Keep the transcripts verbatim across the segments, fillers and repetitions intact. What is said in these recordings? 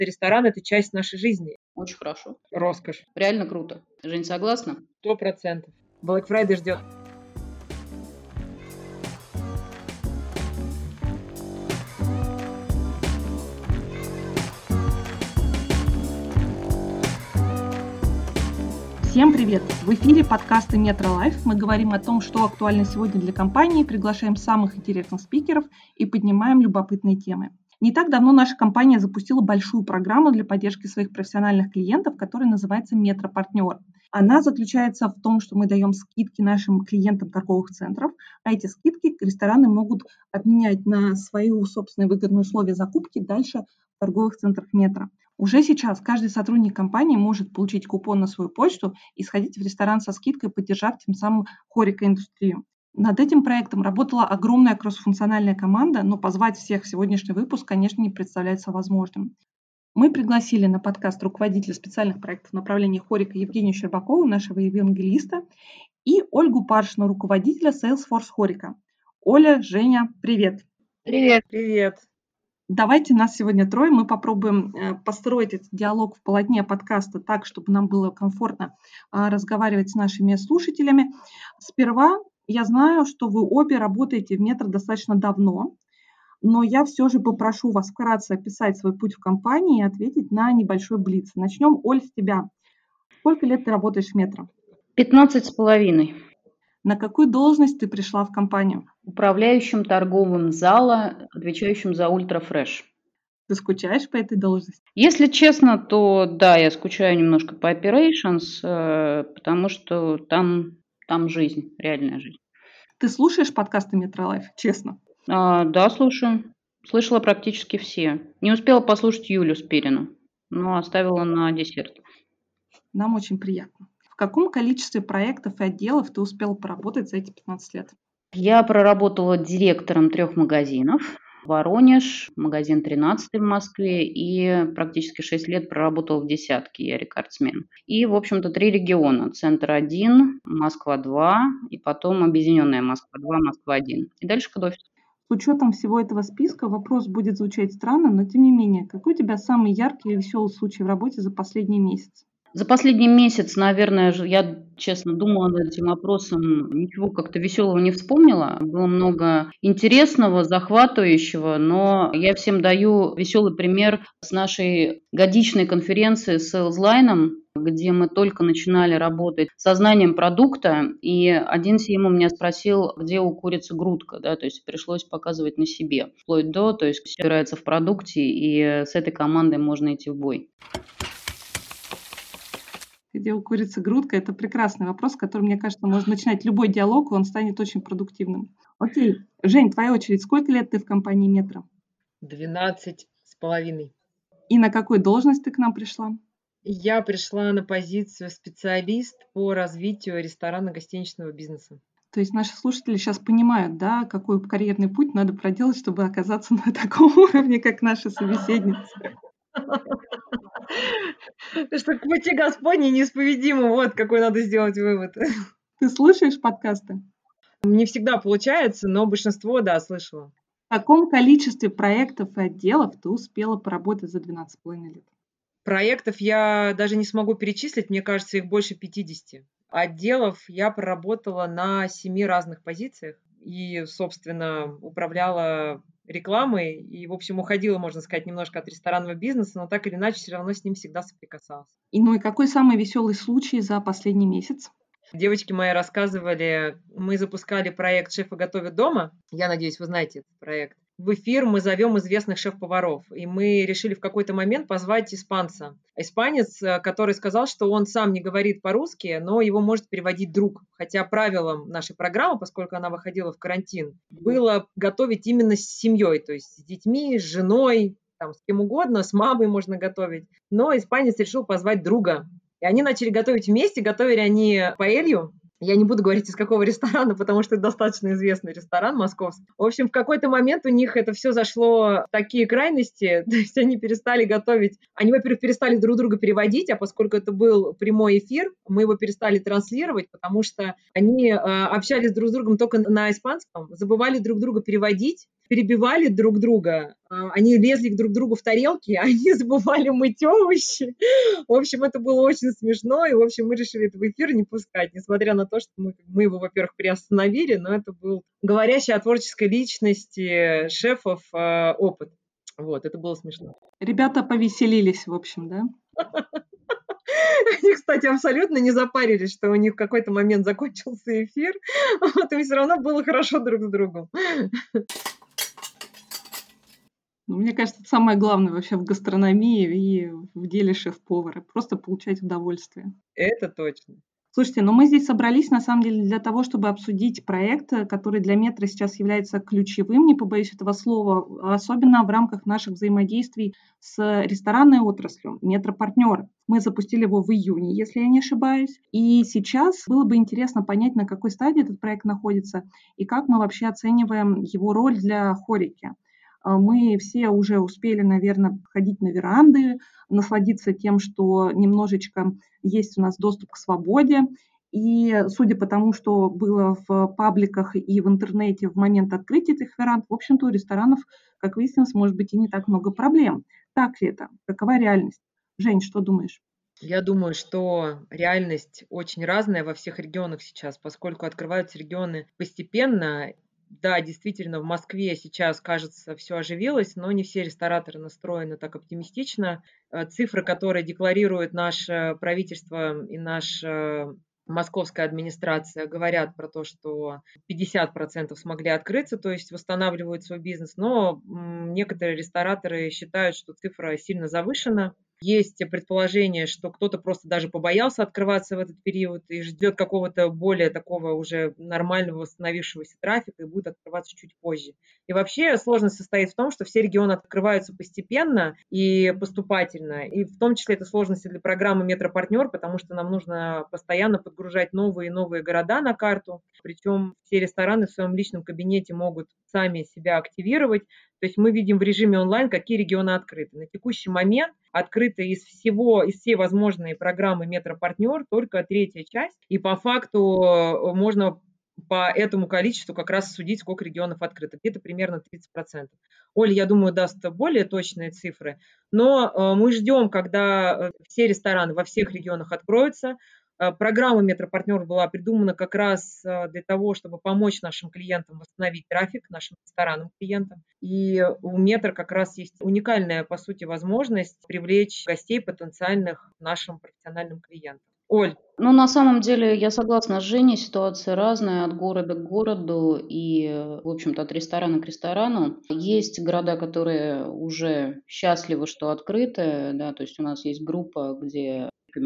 Ресторан – это часть нашей жизни. Очень хорошо. Роскошь. Реально круто. Жень, согласна? Сто процентов. Black Friday ждет. Всем привет! В эфире подкасты Metro Life. Мы говорим о том, что актуально сегодня для компании, приглашаем самых интересных спикеров и поднимаем любопытные темы. Не так давно наша компания запустила большую программу для поддержки своих профессиональных клиентов, которая называется Metro Партнер. Она заключается в том, что мы даем скидки нашим клиентам торговых центров, а эти скидки рестораны могут обменять на свои собственные выгодные условия закупки дальше в торговых центрах Metro. Уже сейчас каждый сотрудник компании может получить купон на свою почту и сходить в ресторан со скидкой, поддержав тем самым хорико-индустрию. Над этим проектом работала огромная кроссфункциональная команда, но позвать всех в сегодняшний выпуск, конечно, не представляется возможным. Мы пригласили на подкаст руководителя специальных проектов направления хорико Евгению Щербакову, нашего евангелиста, и Ольгу Паршину, руководителя Salesforce хорико. Оля, Женя, привет! Привет! Привет! Давайте нас сегодня трое, мы попробуем построить этот диалог в полотне подкаста так, чтобы нам было комфортно разговаривать с нашими слушателями. Сперва я знаю, что вы обе работаете в Метро достаточно давно, но я все же попрошу вас вкратце описать свой путь в компании и ответить на небольшой блиц. Начнем, Оль, с тебя. Сколько лет ты работаешь в Метро? пятнадцать с половиной. На какую должность ты пришла в компанию? Управляющим торговым зала, отвечающим за ультрафреш. Ты скучаешь по этой должности? Если честно, то да, я скучаю немножко по operations, потому что там, там жизнь, реальная жизнь. Ты слушаешь подкасты Metro Life, честно? А, да, слушаю. Слышала практически все. Не успела послушать Юлю Спирину, но оставила на десерт. Нам очень приятно. В каком количестве проектов и отделов ты успела поработать за эти пятнадцать лет? Я проработала директором трех магазинов. Воронеж, магазин тринадцатый в Москве, и практически шесть лет проработала в десятке, я рекордсмен. И, в общем-то, три региона. Центр один, Москва два, и потом объединенная Москва два, Москва один. И дальше код-офис. С учетом всего этого списка вопрос будет звучать странно, но тем не менее, какой у тебя самый яркий и веселый случай в работе за последний месяц? За последний месяц, наверное, я, честно, думала над этим вопросом, ничего как-то веселого не вспомнила. Было много интересного, захватывающего, но я всем даю веселый пример с нашей годичной конференции с SalesLine, где мы только начинали работать с сознанием продукта, и один си эм у меня спросил, где у курицы грудка, да, то есть пришлось показывать на себе, вплоть до, то есть все играется в продукте, и с этой командой можно идти в бой. Где у курицы грудка? Это прекрасный вопрос, с которым, мне кажется, можно начинать любой диалог, и он станет очень продуктивным. Окей. Жень, твоя очередь. Сколько лет ты в компании Метро? двенадцать с половиной. И на какую должность ты к нам пришла? Я пришла на позицию специалист по развитию ресторанно-гостиничного бизнеса. То есть наши слушатели сейчас понимают, да, какой карьерный путь надо проделать, чтобы оказаться на таком уровне, как наши собеседницы. Что к пути Господне неисповедимы, вот какой надо сделать вывод. Ты слушаешь подкасты? Не всегда получается, но большинство, да, слышала. В каком количестве проектов и отделов ты успела поработать за двенадцать с половиной лет? Проектов я даже не смогу перечислить, мне кажется, их больше пятидесяти. Отделов я проработала на семи разных позициях и, собственно, управляла рекламой и, в общем, уходила, можно сказать, немножко от ресторанного бизнеса, но так или иначе все равно с ним всегда соприкасалась. И ну и какой самый веселый случай за последний месяц? Девочки мои рассказывали, мы запускали проект «Шефы готовят дома». Я надеюсь, вы знаете этот проект. В эфир мы зовем известных шеф-поваров. И мы решили в какой-то момент позвать испанца. Испанец, который сказал, что он сам не говорит по-русски, но его может переводить друг. Хотя правилом нашей программы, поскольку она выходила в карантин, было готовить именно с семьей, то есть с детьми, с женой, там, с кем угодно, с мамой можно готовить. Но испанец решил позвать друга. И они начали готовить вместе. Готовили они паэлью. Я не буду говорить, из какого ресторана, потому что это достаточно известный ресторан московский. В общем, в какой-то момент у них это все зашло в такие крайности, то есть они перестали готовить. Они, во-первых, перестали друг друга переводить, а поскольку это был прямой эфир, мы его перестали транслировать, потому что они э, общались друг с другом только на испанском, забывали друг друга переводить. перебивали друг друга, они лезли к друг другу в тарелки, а они забывали мыть овощи. В общем, это было очень смешно, и, в общем, мы решили это в эфир не пускать, несмотря на то, что мы, мы его, во-первых, приостановили, но это был говорящий о творческой личности шефов э, опыт. Вот, это было смешно. Ребята повеселились, в общем, да? Они, кстати, абсолютно не запарились, что у них в какой-то момент закончился эфир, вот, им все равно было хорошо друг с другом. Мне кажется, это самое главное вообще в гастрономии и в деле шеф-повара. Просто получать удовольствие. Это точно. Слушайте, ну мы здесь собрались, на самом деле, для того, чтобы обсудить проект, который для Метро сейчас является ключевым, не побоюсь этого слова, особенно в рамках наших взаимодействий с ресторанной отраслью «Метро Партнер». Мы запустили его в июне, если я не ошибаюсь. И сейчас было бы интересно понять, на какой стадии этот проект находится и как мы вообще оцениваем его роль для хорики. Мы все уже успели, наверное, ходить на веранды, насладиться тем, что немножечко есть у нас доступ к свободе. И судя по тому, что было в пабликах и в интернете в момент открытия этих веранд, в общем-то, у ресторанов, как выяснилось, может быть и не так много проблем. Так ли это? Какова реальность? Жень, что думаешь? Я думаю, что реальность очень разная во всех регионах сейчас, поскольку открываются регионы постепенно. Да, действительно, в Москве сейчас, кажется, все оживилось, но не все рестораторы настроены так оптимистично. Цифры, которые декларирует наше правительство и наша московская администрация, говорят про то, что пятьдесят процентов смогли открыться, то есть восстанавливают свой бизнес, но некоторые рестораторы считают, что цифра сильно завышена. Есть предположение, что кто-то просто даже побоялся открываться в этот период и ждет какого-то более такого уже нормального восстановившегося трафика и будет открываться чуть позже. И вообще сложность состоит в том, что все регионы открываются постепенно и поступательно. И в том числе это сложности для программы «Метро Партнер», потому что нам нужно постоянно подгружать новые и новые города на карту. Причем все рестораны в своем личном кабинете могут сами себя активировать. То есть мы видим в режиме онлайн, какие регионы открыты. На текущий момент открыты из всего, из всей возможной программы «Метро Партнер» только третья часть. И по факту можно по этому количеству как раз судить, сколько регионов открыто. Где-то примерно тридцать процентов. Оля, я думаю, даст более точные цифры. Но мы ждем, когда все рестораны во всех регионах откроются. Программа «Метро Партнер» была придумана как раз для того, чтобы помочь нашим клиентам восстановить трафик, нашим ресторанным клиентам. И у «Метро» как раз есть уникальная, по сути, возможность привлечь гостей потенциальных нашим профессиональным клиентам. Оль. Ну, на самом деле, я согласна с Женей, ситуация разная от города к городу и, в общем-то, от ресторана к ресторану. Есть города, которые уже счастливы, что открыты, да, то есть у нас есть группа, где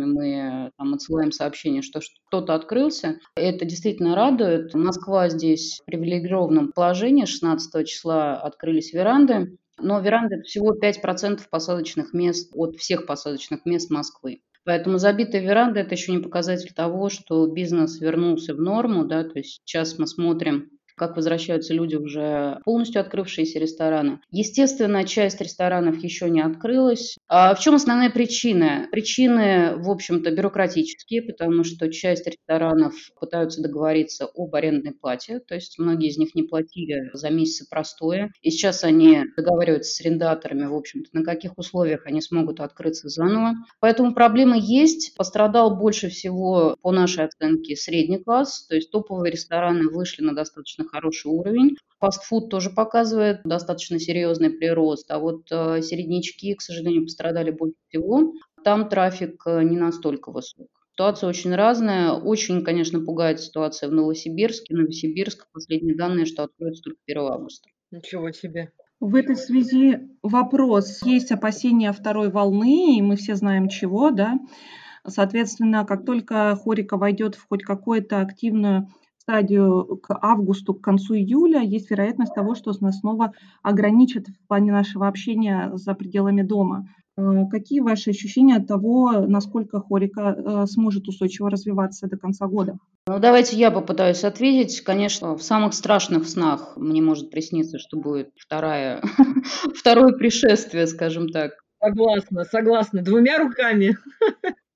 мы там отсылаем сообщение, что что-то открылся. Это действительно радует. Москва здесь в привилегированном положении. шестнадцатого числа открылись веранды, но веранды – это всего пять процентов посадочных мест от всех посадочных мест Москвы. Поэтому забитые веранды – это еще не показатель того, что бизнес вернулся в норму, да, то есть сейчас мы смотрим, как возвращаются люди, уже полностью открывшиеся рестораны. Естественно, часть ресторанов еще не открылась. А в чем основная причина? Причины, в общем-то, бюрократические, потому что часть ресторанов пытаются договориться об арендной плате, то есть многие из них не платили за месяцы простоя, и сейчас они договариваются с арендаторами, в общем-то, на каких условиях они смогут открыться заново. Поэтому проблемы есть. Пострадал больше всего, по нашей оценке, средний класс, то есть топовые рестораны вышли на достаточно хороший уровень. Фастфуд тоже показывает достаточно серьезный прирост, а вот э, середнячки, к сожалению, пострадали больше всего. Там трафик э, не настолько высок. Ситуация очень разная. Очень, конечно, пугает ситуация в Новосибирске. Новосибирск, последние данные, что откроется только первого августа. Ничего себе. В этой связи вопрос. Есть опасения второй волны, и мы все знаем чего, да? Соответственно, как только хорика войдет в хоть какую-то активную стадию к августу, к концу июля, есть вероятность того, что нас снова ограничат в плане нашего общения за пределами дома. Какие ваши ощущения от того, насколько хорика сможет устойчиво развиваться до конца года? Ну, давайте я попытаюсь ответить. Конечно, в самых страшных снах мне может присниться, что будет вторая, второе пришествие, скажем так. Согласна, согласна. Двумя руками.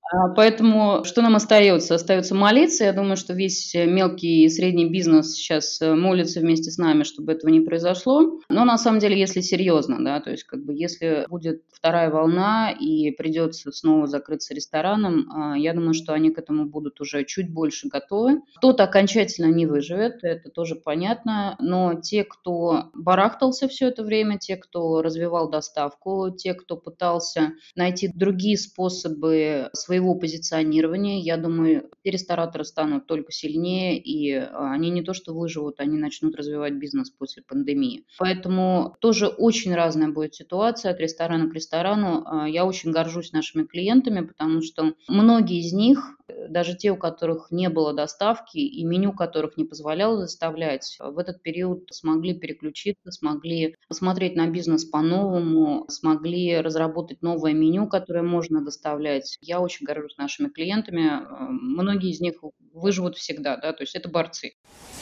А, Поэтому что нам остается? Остается молиться. Я думаю, что весь э, мелкий и средний бизнес сейчас э, молится вместе с нами, чтобы этого не произошло. Но на самом деле, если серьезно, да, то есть как бы если будет вторая волна и придется снова закрыться ресторанам, а, я думаю, что они к этому будут уже чуть больше готовы. Кто-то окончательно не выживет, это тоже понятно, но те, кто барахтался все это время, те, кто развивал доставку, те, кто пытался найти другие способы своего позиционирования, я думаю, те рестораторы станут только сильнее, и а, они не то что выживут, они начнут развивать бизнес после пандемии. Поэтому тоже очень разная будет ситуация от ресторана к ресторану. А, Я очень горжусь нашими клиентами, потому что многие из них, э, даже те, у которых не было доставки и меню которых не позволяло доставлять, в этот период смогли переключиться, смогли посмотреть на бизнес по-новому, смогли разработать новое меню, которое можно доставлять. Я очень горжусь нашими клиентами. Э, Многие из них выживут всегда, да, то есть это борцы.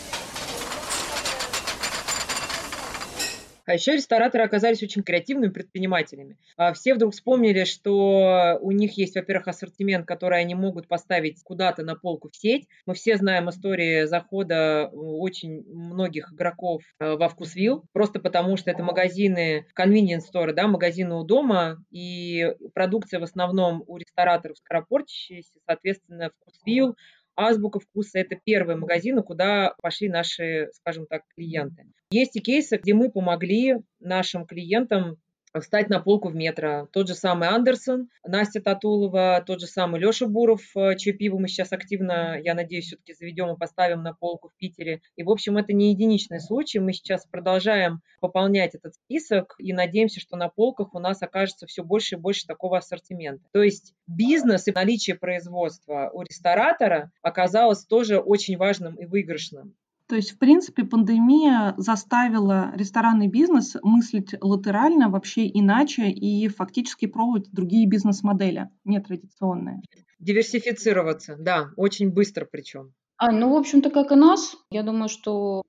А еще рестораторы оказались очень креативными предпринимателями. А, Все вдруг вспомнили, что у них есть, во-первых, ассортимент, который они могут поставить куда-то на полку в сеть. Мы все знаем истории захода у очень многих игроков э, во Вкусвилл, просто потому что это магазины, convenience store, да, магазины у дома, и продукция в основном у рестораторов скоропортящаяся, соответственно, Вкусвилл, Азбука вкуса – это первые магазины, куда пошли наши, скажем так, клиенты. Есть и кейсы, где мы помогли нашим клиентам встать на полку в метро. Тот же самый Андерсон, Настя Татулова, тот же самый Леша Буров, э, чье пиво мы сейчас активно, я надеюсь, все-таки заведем и поставим на полку в Питере. И, в общем, это не единичный случай. Мы сейчас продолжаем пополнять этот список и надеемся, что на полках у нас окажется все больше и больше такого ассортимента. То есть бизнес и наличие производства у ресторатора оказалось тоже очень важным и выигрышным. То есть, в принципе, пандемия заставила ресторанный бизнес мыслить латерально, вообще иначе и фактически пробовать другие бизнес-модели, нетрадиционные. Диверсифицироваться, да, очень быстро причем. Ань, ну, в общем-то, как и нас. Я думаю, что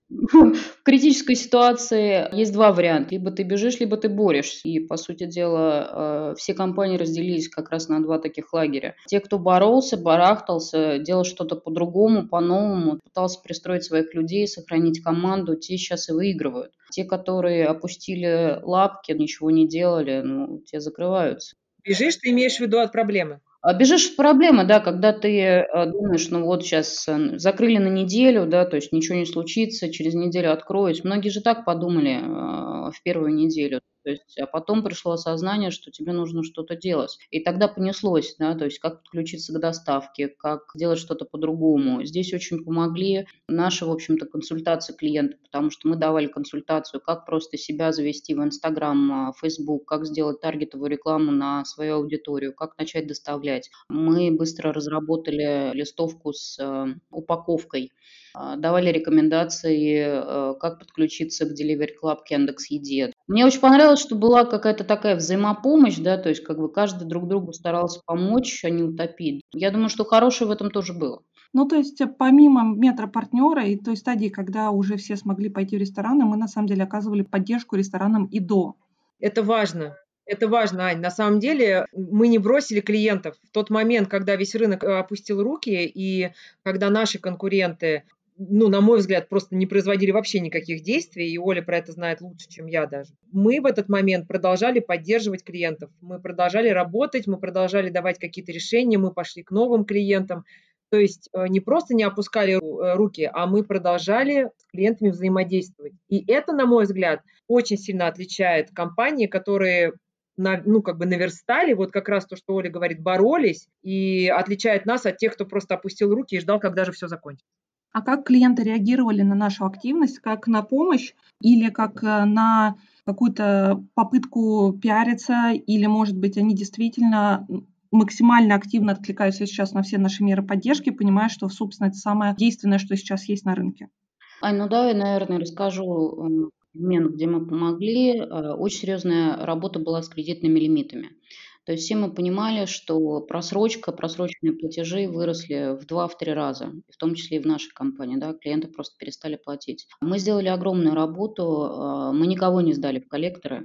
в критической ситуации есть два варианта. Либо ты бежишь, либо ты борешься. И, по сути дела, э, все компании разделились как раз на два таких лагеря. Те, кто боролся, барахтался, делал что-то по-другому, по-новому, пытался пристроить своих людей, сохранить команду, те сейчас и выигрывают. Те, которые опустили лапки, ничего не делали, ну, те закрываются. Бежишь, ты имеешь в виду от проблемы. А бежишь от проблемы, да, когда ты э, думаешь, ну вот сейчас закрыли на неделю, да, то есть ничего не случится, через неделю откроюсь. Многие же так подумали э, в первую неделю. То есть, а потом пришло осознание, что тебе нужно что-то делать. И тогда понеслось, да, то есть как подключиться к доставке, как делать что-то по-другому. Здесь очень помогли наши, в общем-то, консультации клиента, потому что мы давали консультацию, как просто себя завести в Инстаграм, Фейсбук, как сделать таргетовую рекламу на свою аудиторию, как начать доставлять. Мы быстро разработали листовку с э, упаковкой, а, давали рекомендации, э, как подключиться к Delivery Club, к Яндекс.Еде. Мне очень понравилось, что была какая-то такая взаимопомощь, да, то есть как бы каждый друг другу старался помочь, а не утопить. Я думаю, что хорошее в этом тоже было. Ну, то есть, э, помимо метропартнера и той стадии, когда уже все смогли пойти в рестораны, мы на самом деле оказывали поддержку ресторанам и до. Это важно. Это важно, Ань. На самом деле мы не бросили клиентов. В тот момент, когда весь рынок э, опустил руки, и когда наши конкуренты, ну, на мой взгляд, просто не производили вообще никаких действий, и Оля про это знает лучше, чем я даже. Мы в этот момент продолжали поддерживать клиентов. Мы продолжали работать, мы продолжали давать какие-то решения, мы пошли к новым клиентам. То есть э, не просто не опускали ру- э, руки, а мы продолжали с клиентами взаимодействовать. И это, на мой взгляд, очень сильно отличает компании, которые на- ну, как бы наверстали, вот как раз то, что Оля говорит, боролись, и отличает нас от тех, кто просто опустил руки и ждал, когда же все закончится. А как клиенты реагировали на нашу активность, как на помощь или как э, на какую-то попытку пиариться, или, может быть, они действительно м, максимально активно откликаются сейчас на все наши меры поддержки, понимая, что, собственно, это самое действенное, что сейчас есть на рынке? Ань, ну давай, наверное, расскажу э, момент, где мы помогли. Э, Очень серьезная работа была с кредитными лимитами. То есть все мы понимали, что просрочка, просроченные платежи выросли в два-три раза, в том числе и в нашей компании, да, клиенты просто перестали платить. Мы сделали огромную работу, э, мы никого не сдали в коллекторы,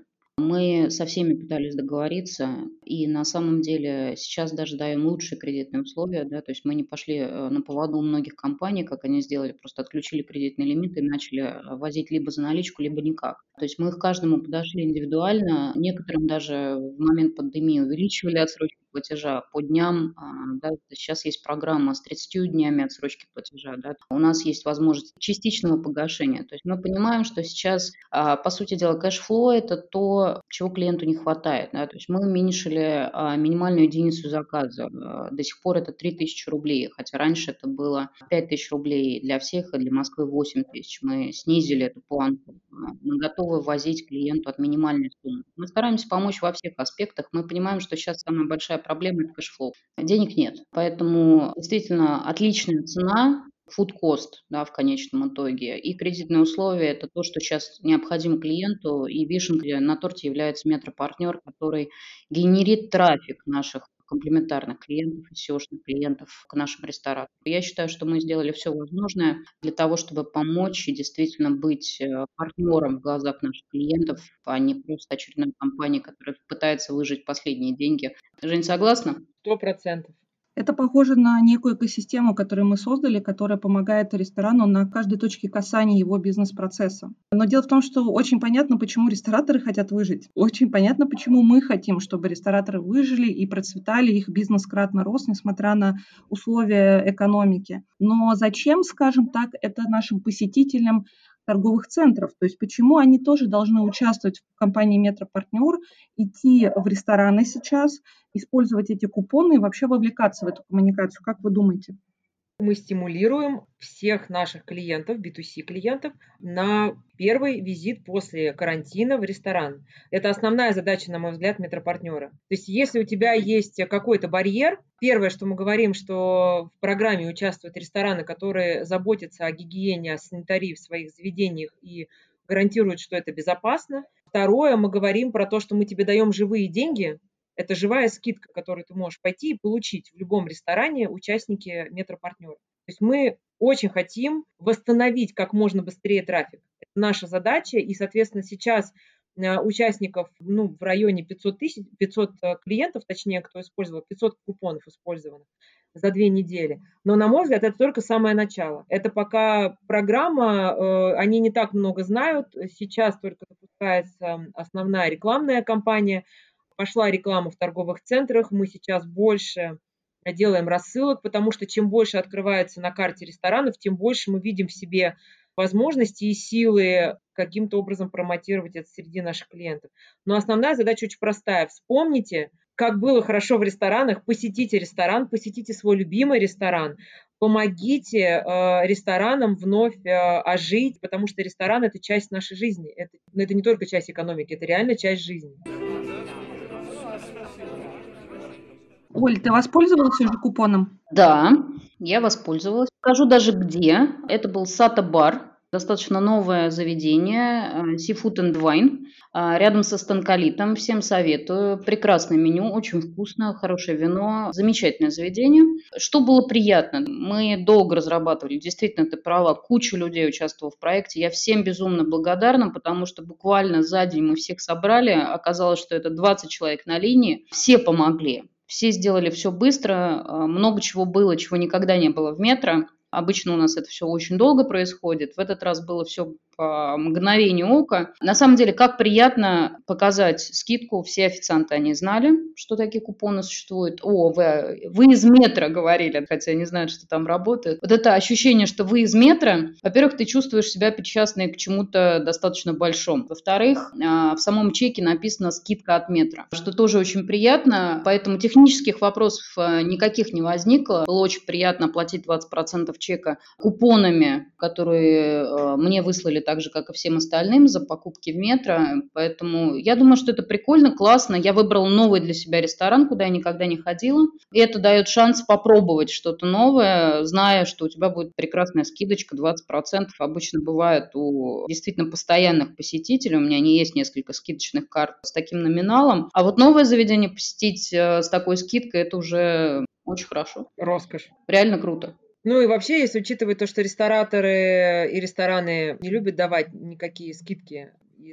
Мы со всеми пытались договориться, и на самом деле сейчас даже даем лучшие кредитные условия, да, то есть мы не пошли э, на поводу у многих компаний, как они сделали, просто отключили кредитные лимиты и начали э, возить либо за наличку, либо никак. То есть мы к каждому подошли индивидуально, некоторым даже в момент пандемии увеличивали отсрочку платежа по дням, а, да, сейчас есть программа с тридцатью днями отсрочки платежа, да. У нас есть возможность частичного погашения, то есть мы понимаем, что сейчас, а, по сути дела, кэшфлоу – это то, чего клиенту не хватает, да, то есть мы уменьшили а, минимальную единицу заказа, а, до сих пор это три тысячи рублей, хотя раньше это было пять тысяч рублей для всех, и для Москвы восемь тысяч, мы снизили эту планку, мы готовы возить клиенту от минимальной суммы. Мы стараемся помочь во всех аспектах, мы понимаем, что сейчас самая большая проблема – это кэшфлоу. Денег нет, поэтому действительно отличная цена, food cost, да, в конечном итоге, и кредитные условия – это то, что сейчас необходимо клиенту, и вишенкой на торте является метропартнер, который генерит трафик наших комплементарных клиентов и сеошных клиентов к нашим ресторанам. Я считаю, что мы сделали все возможное для того, чтобы помочь и действительно быть э, партнером в глазах наших клиентов, а не просто очередной компанией, которая пытается выжить последние деньги. Жень, согласна? Сто процентов. Это похоже на некую экосистему, которую мы создали, которая помогает ресторану на каждой точке касания его бизнес-процесса. Но дело в том, что очень понятно, почему рестораторы хотят выжить. Очень понятно, почему мы хотим, чтобы рестораторы выжили и процветали, их бизнес кратно рос, несмотря на условия экономики. Но зачем, скажем так, это нашим посетителям торговых центров? То есть почему они тоже должны участвовать в компании «Метропартнер», идти в рестораны сейчас, использовать эти купоны и вообще вовлекаться в эту коммуникацию? Как вы думаете? Мы стимулируем всех наших клиентов, би ту си клиентов, на первый визит после карантина в ресторан. Это основная задача, на мой взгляд, метропартнера. То есть если у тебя есть какой-то барьер, первое, что мы говорим, что в программе участвуют рестораны, которые заботятся о гигиене, о санитарии в своих заведениях и гарантируют, что это безопасно. Второе, мы говорим про то, что мы тебе даем живые деньги. Это живая скидка, которую ты можешь пойти и получить в любом ресторане участники метропартнера. То есть мы очень хотим восстановить как можно быстрее трафик. Это наша задача, и, соответственно, сейчас участников ну, в районе пятьсот тысяч, пятьсот клиентов, точнее, кто использовал, пятьсот купонов использовано за две недели. Но, на мой взгляд, это только самое начало. Это пока программа, э, они не так много знают. Сейчас только запускается основная рекламная кампания. Пошла реклама в торговых центрах, мы сейчас больше делаем рассылок, потому что чем больше открывается на карте ресторанов, тем больше мы видим в себе возможности и силы каким-то образом промотировать это среди наших клиентов. Но основная задача очень простая. Вспомните, как было хорошо в ресторанах, посетите ресторан, посетите свой любимый ресторан, помогите э, ресторанам вновь э, ожить, потому что ресторан – это часть нашей жизни. Это, это не только часть экономики, это реально часть жизни. Оль, ты воспользовалась уже купоном? Да, я воспользовалась. Скажу даже где. Это был Сата Бар, достаточно новое заведение, Seafood and Wine, рядом со Станколитом. Всем советую. Прекрасное меню, очень вкусно, хорошее вино, замечательное заведение. Что было приятно? Мы долго разрабатывали, действительно, ты права, куча людей участвовала в проекте. Я всем безумно благодарна, потому что буквально за день мы всех собрали. Оказалось, что это двадцать человек на линии. Все помогли. Все сделали все быстро, много чего было, чего никогда не было в метро. Обычно у нас это все очень долго происходит. В этот раз было все по мгновению ока. На самом деле, как приятно показать скидку. Все официанты, они знали, что такие купоны существуют. О, вы, вы из метро говорили, хотя не знают, что там работает. Вот это ощущение, что вы из метро, во-первых, ты чувствуешь себя причастной к чему-то достаточно большому. Во-вторых, в самом чеке написано «скидка от метро», что тоже очень приятно. Поэтому технических вопросов никаких не возникло. Было очень приятно оплатить двадцать процентов чека купонами, которые мне выслали так же, как и всем остальным, за покупки в метро. Поэтому я думаю, что это прикольно, классно. Я выбрала новый для себя ресторан, куда я никогда не ходила. И это дает шанс попробовать что-то новое, зная, что у тебя будет прекрасная скидочка двадцать процентов. Обычно бывает у действительно постоянных посетителей. У меня не есть несколько скидочных карт с таким номиналом. А вот новое заведение посетить с такой скидкой, это уже очень хорошо. Роскошь. Реально круто. Ну и вообще, если учитывать то, что рестораторы и рестораны не любят давать никакие скидки, и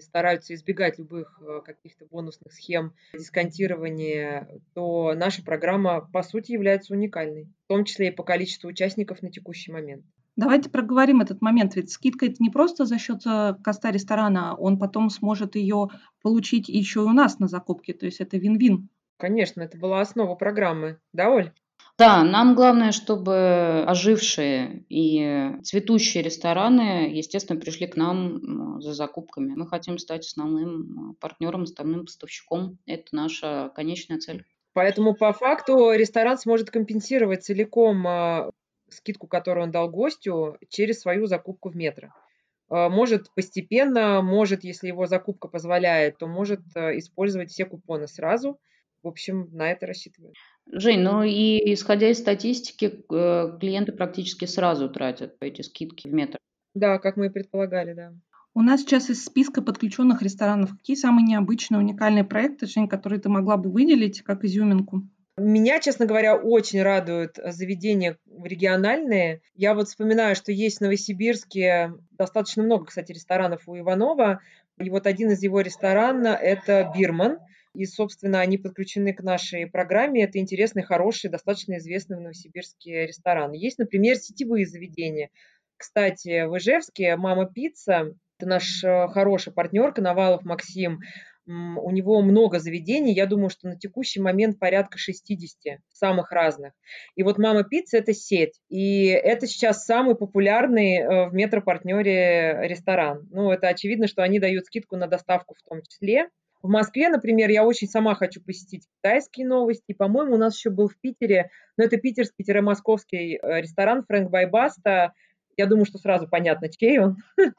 стараются избегать любых э, каких-то бонусных схем дисконтирования, то наша программа, по сути, является уникальной, в том числе и по количеству участников на текущий момент. Давайте проговорим этот момент, ведь скидка это не просто за счет э, коста ресторана, он потом сможет ее получить еще и у нас на закупке, то есть это вин-вин. Конечно, это была основа программы. Да, Оль? Да, нам главное, чтобы ожившие и цветущие рестораны, естественно, пришли к нам м, за закупками. Мы хотим стать основным э, партнером, основным поставщиком. Это наша конечная цель. Поэтому по факту ресторан сможет компенсировать целиком а, скидку, которую он дал гостю, через свою закупку в метро. А, Может постепенно, может, если его закупка позволяет, то может а, использовать все купоны сразу. В общем, на это рассчитываем. Жень, ну и исходя из статистики, э, клиенты практически сразу тратят эти скидки в метро. Да, как мы и предполагали, да. У нас сейчас из списка подключенных ресторанов какие самые необычные, уникальные проекты, Жень, которые ты могла бы выделить как изюминку? Меня, честно говоря, очень радуют э, заведения региональные. Я вот вспоминаю, что есть в Новосибирске достаточно много, кстати, ресторанов у Иванова. И вот один из его ресторанов – это «Бирман». И, собственно, они подключены к нашей программе. Это интересный, хороший, достаточно известный в Новосибирске ресторан. Есть, например, сетевые заведения. Кстати, в Ижевске «Мама Пицца» – это наш э, хороший партнер, Коновалов Максим. М, У него много заведений, я думаю, что на текущий момент порядка шестьдесят самых разных. И вот «Мама Пицца» – это сеть, и это сейчас самый популярный э, в метропартнере ресторан. Ну, это очевидно, что они дают скидку на доставку в том числе. В Москве, например, я очень сама хочу посетить китайские новости. По-моему, у нас еще был в Питере, но это питерский-московский э, ресторан «Фрэнк Байбаста». Я думаю, что сразу понятно, чей он.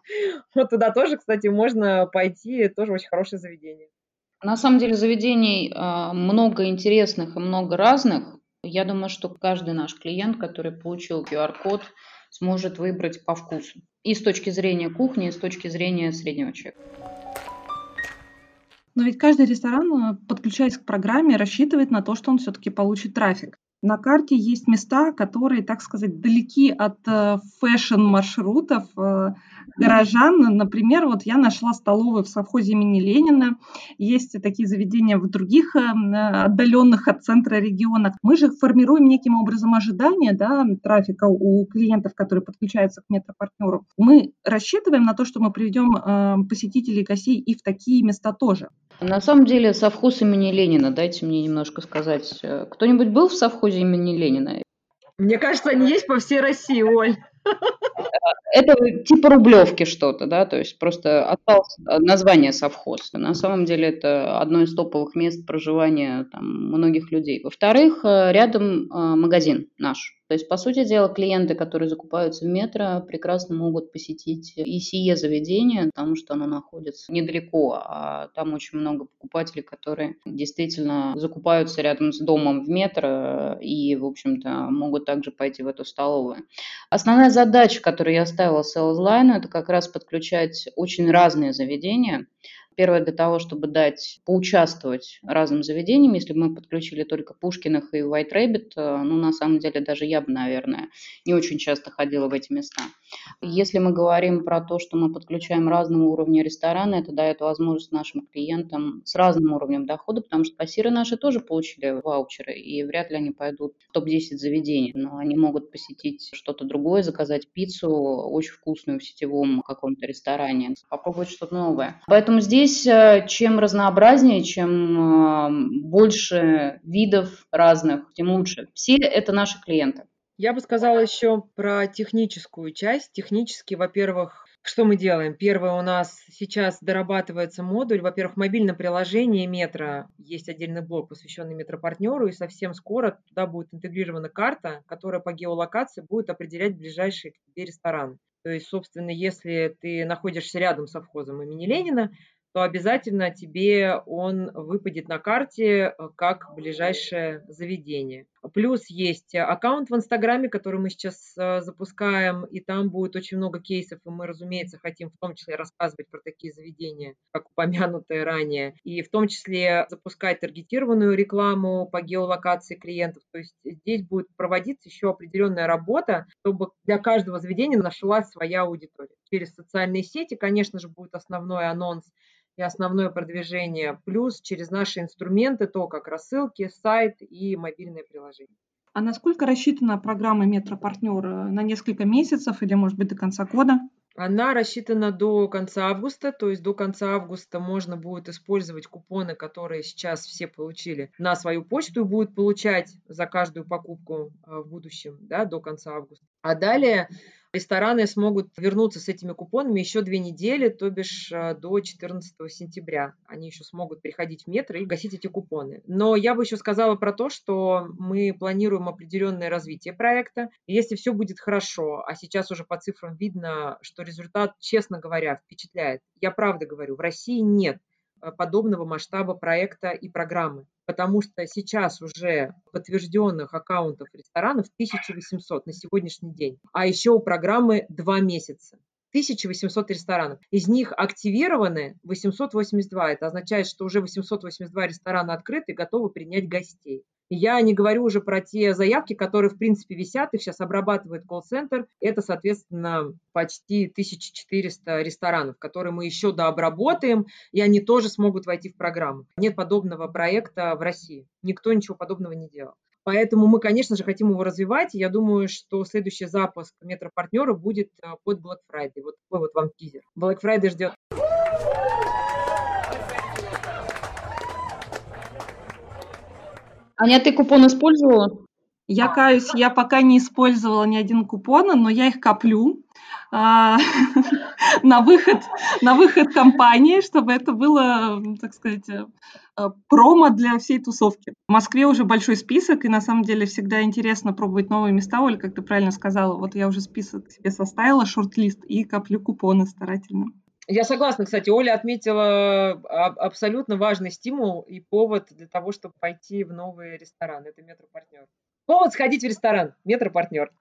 Вот туда тоже, кстати, можно пойти, тоже очень хорошее заведение. На самом деле заведений а, много интересных и много разных. Я думаю, что каждый наш клиент, который получил ку ар-код, сможет выбрать по вкусу. И с точки зрения кухни, и с точки зрения среднего чека. Но ведь каждый ресторан, э, подключаясь к программе, рассчитывает на то, что он все-таки получит трафик. На карте есть места, которые, так сказать, далеки от э, фэшн-маршрутов э, горожан. Например, вот я нашла столовую в совхозе имени Ленина. Есть и такие заведения в других э, м, э, отдаленных от центра регионах. Мы же формируем неким образом ожидания, да, трафика у клиентов, которые подключаются к метропартнеру. Мы рассчитываем на то, что мы приведем э, посетителей и гостей и в такие места тоже. На самом деле совхоз имени Ленина, дайте мне немножко сказать. Э, Кто-нибудь был в совхозе имени Ленина? Мне кажется, они есть по всей России, Оль. Это типа Рублевки что-то, да, то есть просто осталось э, название совхоз. На самом деле это одно из топовых мест проживания там, многих людей. Во-вторых, э, рядом э, магазин наш. То есть, по сути дела, клиенты, которые закупаются в метро, прекрасно могут посетить и сие заведение, потому что оно находится недалеко, а там очень много покупателей, которые действительно закупаются рядом с домом в метро и, в общем-то, могут также пойти в эту столовую. Основная задача, которую я ставила SalesLine, это как раз подключать очень разные заведения. Первое, для того, чтобы дать поучаствовать разным заведениям. Если бы мы подключили только Пушкиных и White Rabbit, э, ну, на самом деле, даже я бы, наверное, не очень часто ходила в эти места. Если мы говорим про то, что мы подключаем разного уровня рестораны, это дает возможность нашим клиентам с разным уровнем дохода, потому что кассиры наши тоже получили ваучеры, и вряд ли они пойдут в топ десять заведений, но они могут посетить что-то другое, заказать пиццу очень вкусную в сетевом каком-то ресторане, попробовать что-то новое. Поэтому здесь Здесь чем разнообразнее, чем больше видов разных, тем лучше. Все это наши клиенты. Я бы сказала еще про техническую часть. Технически, во-первых, что мы делаем? Первое, у нас сейчас дорабатывается модуль. Во-первых, в мобильном приложении метро есть отдельный блок, посвященный метропартнеру, и совсем скоро туда будет интегрирована карта, которая по геолокации будет определять ближайшие к тебе рестораны. То есть, собственно, если ты находишься рядом с совхозом имени Ленина, то обязательно тебе он выпадет на карте как ближайшее заведение. Плюс есть аккаунт в Инстаграме, который мы сейчас э, запускаем, и там будет очень много кейсов, и мы, разумеется, хотим в том числе рассказывать про такие заведения, как упомянутые ранее, и в том числе запускать таргетированную рекламу по геолокации клиентов. То есть здесь будет проводиться еще определенная работа, чтобы для каждого заведения нашлась своя аудитория. Через социальные сети, конечно же, будет основной анонс и основное продвижение, плюс через наши инструменты, то как рассылки, сайт и мобильное приложение. А насколько рассчитана программа «Метро-партнер»? На несколько месяцев или, может быть, до конца года? Она рассчитана до конца августа, то есть до конца августа можно будет использовать купоны, которые сейчас все получили, на свою почту и будут получать за каждую покупку в будущем, да, до конца августа. А далее рестораны смогут вернуться с этими купонами еще две недели, то бишь до четырнадцатого сентября. Они еще смогут приходить в метро и гасить эти купоны. Но я бы еще сказала про то, что мы планируем определенное развитие проекта. Если все будет хорошо, а сейчас уже по цифрам видно, что результат, честно говоря, впечатляет. Я правда говорю, в России нет подобного масштаба проекта и программы, потому что сейчас уже подтвержденных аккаунтов ресторанов тысяча восемьсот на сегодняшний день, а еще у программы два месяца. тысяча восемьсот ресторанов. Из них активированы восемьсот восемьдесят два. Это означает, что уже восемьсот восемьдесят два ресторана открыты и готовы принять гостей. Я не говорю уже про те заявки, которые, в принципе, висят, их сейчас обрабатывает колл-центр. Это, соответственно, почти тысяча четыреста ресторанов, которые мы еще дообработаем, и они тоже смогут войти в программу. Нет подобного проекта в России. Никто ничего подобного не делал. Поэтому мы, конечно же, хотим его развивать. И я думаю, что следующий запуск метро-партнера будет под Black Friday. Вот такой вот вам тизер. Black Friday ждет. Аня, ты купон использовала? Я каюсь, я пока не использовала ни один купон, но я их коплю а, на выход, на выход компании, чтобы это было, так сказать, промо для всей тусовки. В Москве уже большой список, и на самом деле всегда интересно пробовать новые места. Оля, как ты правильно сказала, вот я уже список себе составила, шорт-лист, и коплю купоны старательно. Я согласна, кстати, Оля отметила абсолютно важный стимул и повод для того, чтобы пойти в новые рестораны. Это метро-партнер. Повод сходить в ресторан. Метро-партнер.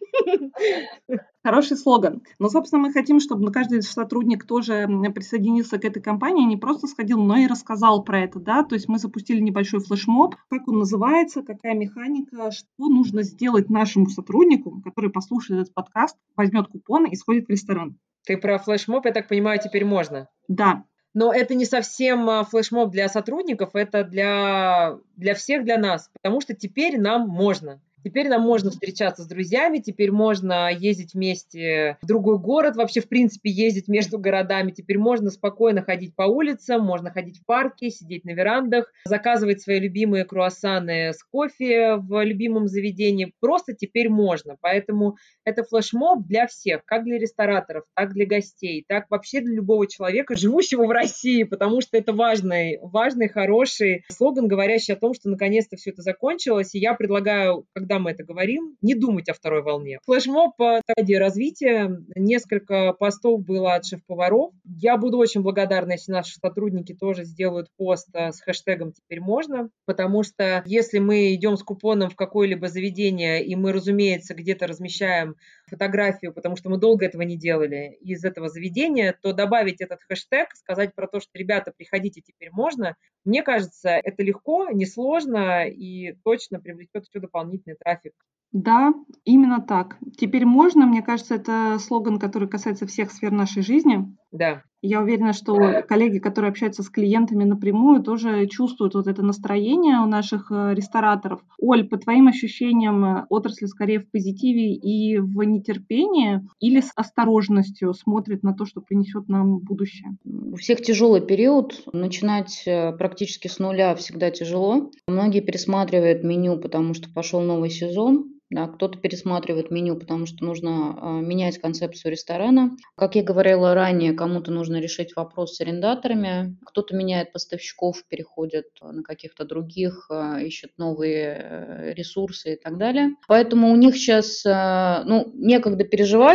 Хороший слоган. Но, собственно, мы хотим, чтобы каждый сотрудник тоже присоединился к этой кампании, не просто сходил, но и рассказал про это, да. То есть мы запустили небольшой флешмоб. Как он называется, какая механика, что нужно сделать нашему сотруднику, который послушает этот подкаст, возьмет купон и сходит в ресторан. Ты про флешмоб, я так понимаю, теперь можно? Да. Но это не совсем флешмоб для сотрудников, это для, для всех, для нас, потому что теперь нам можно. Теперь нам можно встречаться с друзьями, теперь можно ездить вместе в другой город, вообще, в принципе, ездить между городами. Теперь можно спокойно ходить по улицам, можно ходить в парке, сидеть на верандах, заказывать свои любимые круассаны с кофе в любимом заведении. Просто теперь можно. Поэтому это флешмоб для всех, как для рестораторов, так для гостей, так вообще для любого человека, живущего в России, потому что это важный, важный, хороший слоган, говорящий о том, что наконец-то все это закончилось. И я предлагаю, когда мы это говорим, не думать о второй волне. Флешмоб по стадии развития. Несколько постов было от шеф-поваров. Я буду очень благодарна, если наши сотрудники тоже сделают пост с хэштегом «Теперь можно», потому что если мы идем с купоном в какое-либо заведение, и мы, разумеется, где-то размещаем фотографию, потому что мы долго этого не делали, из этого заведения, то добавить этот хэштег, сказать про то, что, ребята, приходите, теперь можно, мне кажется, это легко, несложно и точно привлечет еще дополнительный трафик. Да, именно так. Теперь можно, мне кажется, это слоган, который касается всех сфер нашей жизни. Да. Я уверена, что коллеги, которые общаются с клиентами напрямую, тоже чувствуют вот это настроение у наших рестораторов. Оль, по твоим ощущениям, отрасль скорее в позитиве и в нетерпении или с осторожностью смотрит на то, что принесет нам будущее? У всех тяжелый период. Начинать практически с нуля всегда тяжело. Многие пересматривают меню, потому что пошел новый сезон. Да, кто-то пересматривает меню, потому что нужно э, менять концепцию ресторана. Как я говорила ранее, кому-то нужно решить вопрос с арендаторами, кто-то меняет поставщиков, переходит на каких-то других, э, ищет новые э, ресурсы и так далее. Поэтому у них сейчас э, ну, некогда переживать.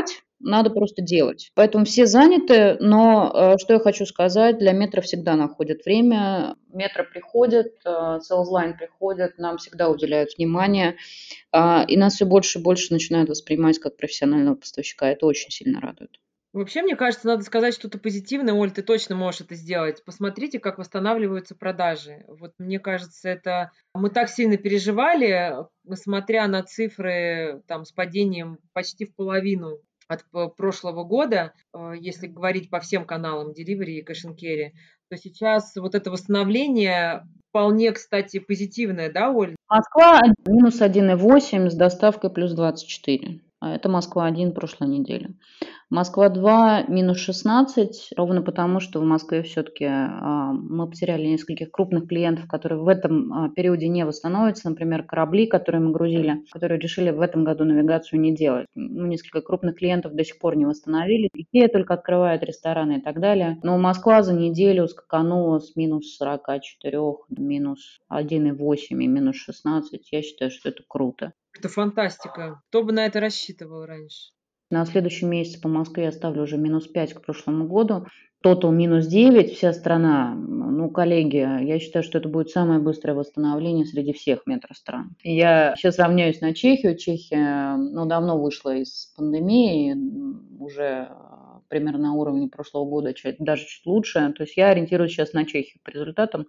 надо просто делать. Поэтому все заняты, но э, что я хочу сказать, для метро всегда находят время. Метро приходят, э, Sales Line приходят, нам всегда уделяют внимание, э, и нас все больше и больше начинают воспринимать как профессионального поставщика. Это очень сильно радует. Вообще, мне кажется, надо сказать что-то позитивное. Оль, ты точно можешь это сделать. Посмотрите, как восстанавливаются продажи. Вот мне кажется, это мы так сильно переживали, смотря на цифры там, с падением почти в половину от п- прошлого года, э, если говорить по всем каналам Delivery и Cash and Carry, то сейчас вот это восстановление вполне, кстати, позитивное, да, Оль? Москва минус один и восемь с доставкой плюс двадцать четыре. А это Москва один прошлой недели. Москва два минус шестнадцать, ровно потому, что в Москве все-таки а, мы потеряли нескольких крупных клиентов, которые в этом а, периоде не восстановятся. Например, корабли, которые мы грузили, которые решили в этом году навигацию не делать. Ну, несколько крупных клиентов до сих пор не восстановили. Икея только открывает рестораны и так далее. Но Москва за неделю скаканула с минус сорок четыре, минус один и восемь и минус шестнадцать. Я считаю, что это круто. Это фантастика. Кто бы на это рассчитывал раньше? На следующий месяц по Москве я ставлю уже минус пять к прошлому году. Тотал минус девять, вся страна. Ну, коллеги, я считаю, что это будет самое быстрое восстановление среди всех метростран. Я сейчас равняюсь на Чехию. Чехия, ну, давно вышла из пандемии, уже примерно на уровне прошлого года, даже чуть лучше. То есть я ориентируюсь сейчас на Чехию по результатам.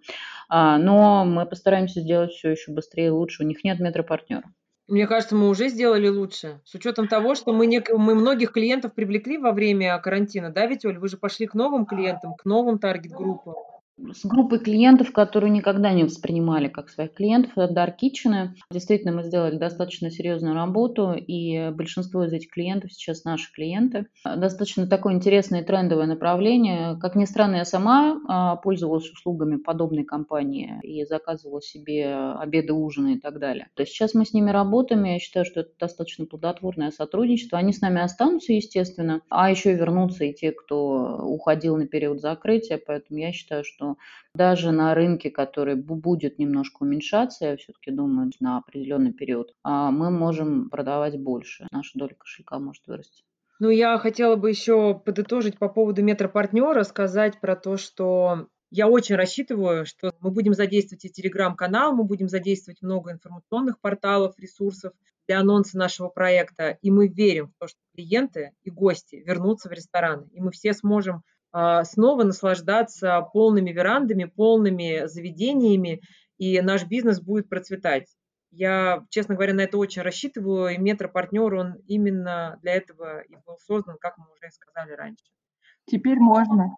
Но мы постараемся сделать все еще быстрее и лучше. У них нет метропартнера. Мне кажется, мы уже сделали лучше. С учетом того, что мы, не, мы многих клиентов привлекли во время карантина, да, ведь, Оль, вы же пошли к новым клиентам, к новым таргет-группам. С группой клиентов, которые никогда не воспринимали как своих клиентов, это Dark Kitchen. Действительно, мы сделали достаточно серьезную работу, и большинство из этих клиентов сейчас наши клиенты. Достаточно такое интересное трендовое направление. Как ни странно, я сама пользовалась услугами подобной компании и заказывала себе обеды, ужины и так далее. То есть сейчас мы с ними работаем, и я считаю, что это достаточно плодотворное сотрудничество. Они с нами останутся, естественно, а еще и вернутся и те, кто уходил на период закрытия, поэтому я считаю, что даже на рынке, который будет немножко уменьшаться, я все-таки думаю, на определенный период, мы можем продавать больше. Наша доля кошелька может вырасти. Ну, я хотела бы еще подытожить по поводу метропартнера, сказать про то, что я очень рассчитываю, что мы будем задействовать и телеграм-канал, мы будем задействовать много информационных порталов, ресурсов для анонса нашего проекта, и мы верим в то, что клиенты и гости вернутся в рестораны, и мы все сможем снова наслаждаться полными верандами, полными заведениями, и наш бизнес будет процветать. Я, честно говоря, на это очень рассчитываю, и метропартнер, он именно для этого и был создан, как мы уже сказали раньше. Теперь можно.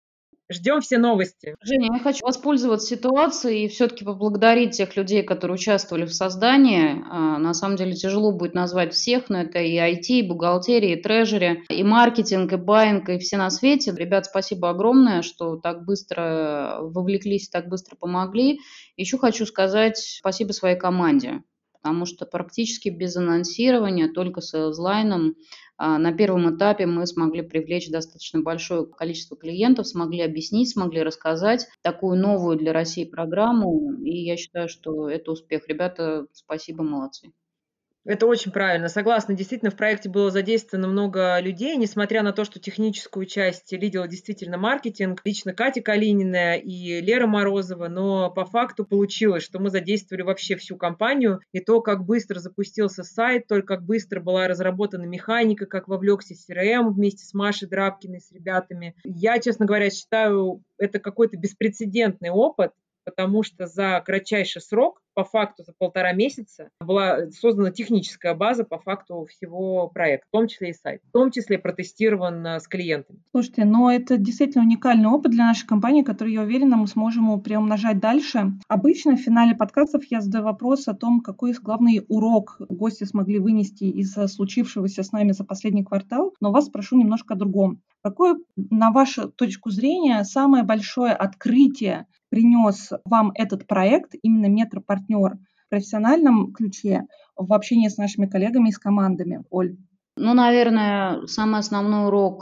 Ждем все новости. Женя, я хочу воспользоваться ситуацией и все-таки поблагодарить тех людей, которые участвовали в создании. На самом деле тяжело будет назвать всех, но это и ай ти, и бухгалтерия, и трежери, и маркетинг, и байинг, и все на свете. Ребят, спасибо огромное, что так быстро вовлеклись, так быстро помогли. Еще хочу сказать спасибо своей команде, потому что практически без анонсирования, только с Sales-Line на первом этапе мы смогли привлечь достаточно большое количество клиентов, смогли объяснить, смогли рассказать такую новую для России программу, и я считаю, что это успех. Ребята, спасибо, молодцы. Это очень правильно. Согласна, действительно, в проекте было задействовано много людей, несмотря на то, что техническую часть лидила действительно маркетинг, лично Катя Калинина и Лера Морозова, но по факту получилось, что мы задействовали вообще всю компанию, и то, как быстро запустился сайт, то, как быстро была разработана механика, как вовлекся си ар эм вместе с Машей Драбкиной, с ребятами. Я, честно говоря, считаю, это какой-то беспрецедентный опыт, потому что за кратчайший срок, по факту за полтора месяца, была создана техническая база по факту всего проекта, в том числе и сайт, в том числе протестирован с клиентами. Слушайте, но это действительно уникальный опыт для нашей компании, который, я уверена, мы сможем приумножать дальше. Обычно в финале подкастов я задаю вопрос о том, какой главный урок гости смогли вынести из случившегося с нами за последний квартал, но вас спрошу немножко о другом. Какое, на вашу точку зрения, самое большое открытие принес вам этот проект, именно метропартнер, в профессиональном ключе, в общении с нашими коллегами и с командами? Оль? Ну, наверное, самый основной урок,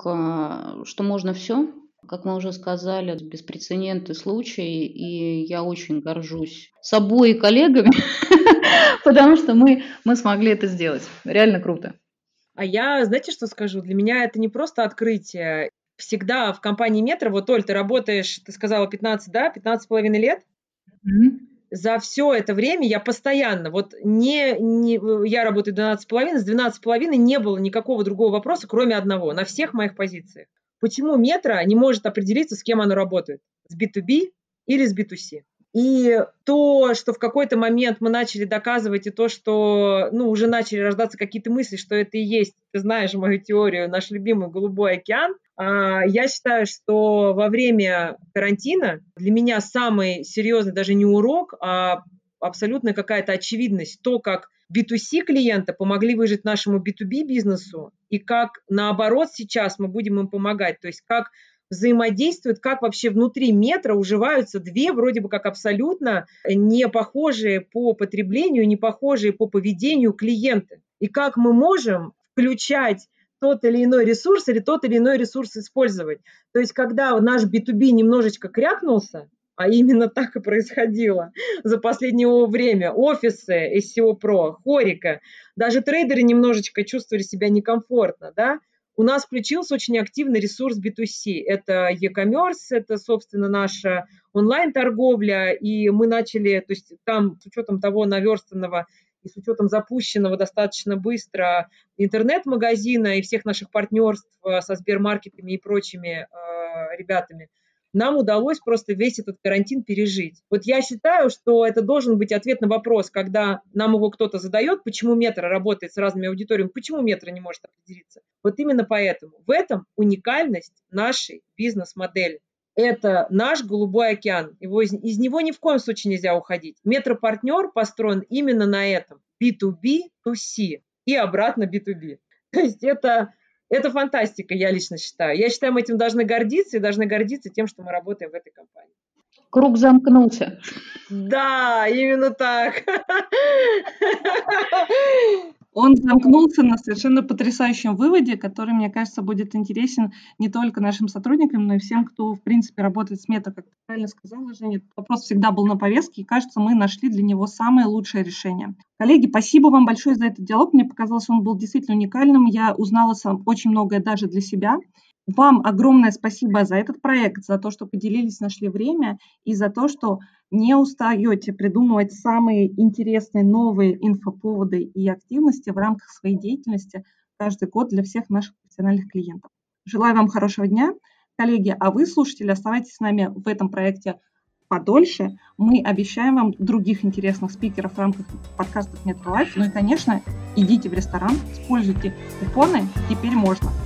что можно все. Как мы уже сказали, беспрецедентный случай, и я очень горжусь собой и коллегами, потому что мы, мы смогли это сделать. Реально круто. А я, знаете, что скажу? Для меня это не просто открытие. Всегда в компании Метро, вот, Оль, ты работаешь, ты сказала пятнадцать, да, пятнадцать с половиной лет? Мгм. За все это время я постоянно, вот не, не я работаю двенадцать с половиной, с двенадцать с половиной не было никакого другого вопроса, кроме одного, на всех моих позициях. Почему Метро не может определиться, с кем оно работает? С би ту би или с би ту си? И то, что в какой-то момент мы начали доказывать, и то, что ну, уже начали рождаться какие-то мысли, что это и есть, ты знаешь мою теорию, наш любимый голубой океан, а, я считаю, что во время карантина для меня самый серьезный даже не урок, а абсолютно какая-то очевидность, то, как би ту си клиенты помогли выжить нашему би ту би бизнесу, и как наоборот сейчас мы будем им помогать, то есть как взаимодействуют, как вообще внутри Метро уживаются две вроде бы как абсолютно не похожие по потреблению, не похожие по поведению клиенты. И как мы можем включать тот или иной ресурс или тот или иной ресурс использовать. То есть когда наш би ту би немножечко крякнулся, а именно так и происходило за последнее время, офисы, эс и о Pro, Хорика, даже трейдеры немножечко чувствовали себя некомфортно, да, у нас включился очень активный ресурс би ту си. Это e-commerce, это, собственно, наша онлайн-торговля, и мы начали, то есть там с учетом того наверстанного и с учетом запущенного достаточно быстро интернет-магазина и всех наших партнерств со Сбермаркетами и прочими э, ребятами, нам удалось просто весь этот карантин пережить. Вот я считаю, что это должен быть ответ на вопрос, когда нам его кто-то задает, почему Метро работает с разными аудиториями, почему Метро не может определиться. Вот именно поэтому. В этом уникальность нашей бизнес-модели. Это наш голубой океан. Его, из, из него ни в коем случае нельзя уходить. Метро-партнер построен именно на этом. би ту би ту си и обратно би ту би. То есть это... Это фантастика, я лично считаю. Я считаю, мы этим должны гордиться и должны гордиться тем, что мы работаем в этой компании. Круг замкнулся. Да, именно так. Он замкнулся на совершенно потрясающем выводе, который, мне кажется, будет интересен не только нашим сотрудникам, но и всем, кто, в принципе, работает с Метро. Как ты правильно сказала, Женя, этот вопрос всегда был на повестке, и, кажется, мы нашли для него самое лучшее решение. Коллеги, спасибо вам большое за этот диалог. Мне показалось, он был действительно уникальным. Я узнала сам очень многое даже для себя. Вам огромное спасибо за этот проект, за то, что поделились, нашли время, и за то, что не устаете придумывать самые интересные новые инфоповоды и активности в рамках своей деятельности каждый год для всех наших профессиональных клиентов. Желаю вам хорошего дня. Коллеги, а вы, слушатели, оставайтесь с нами в этом проекте подольше. Мы обещаем вам других интересных спикеров в рамках подкастов Метро Лайф. Ну и, конечно, идите в ресторан, используйте купоны, теперь можно.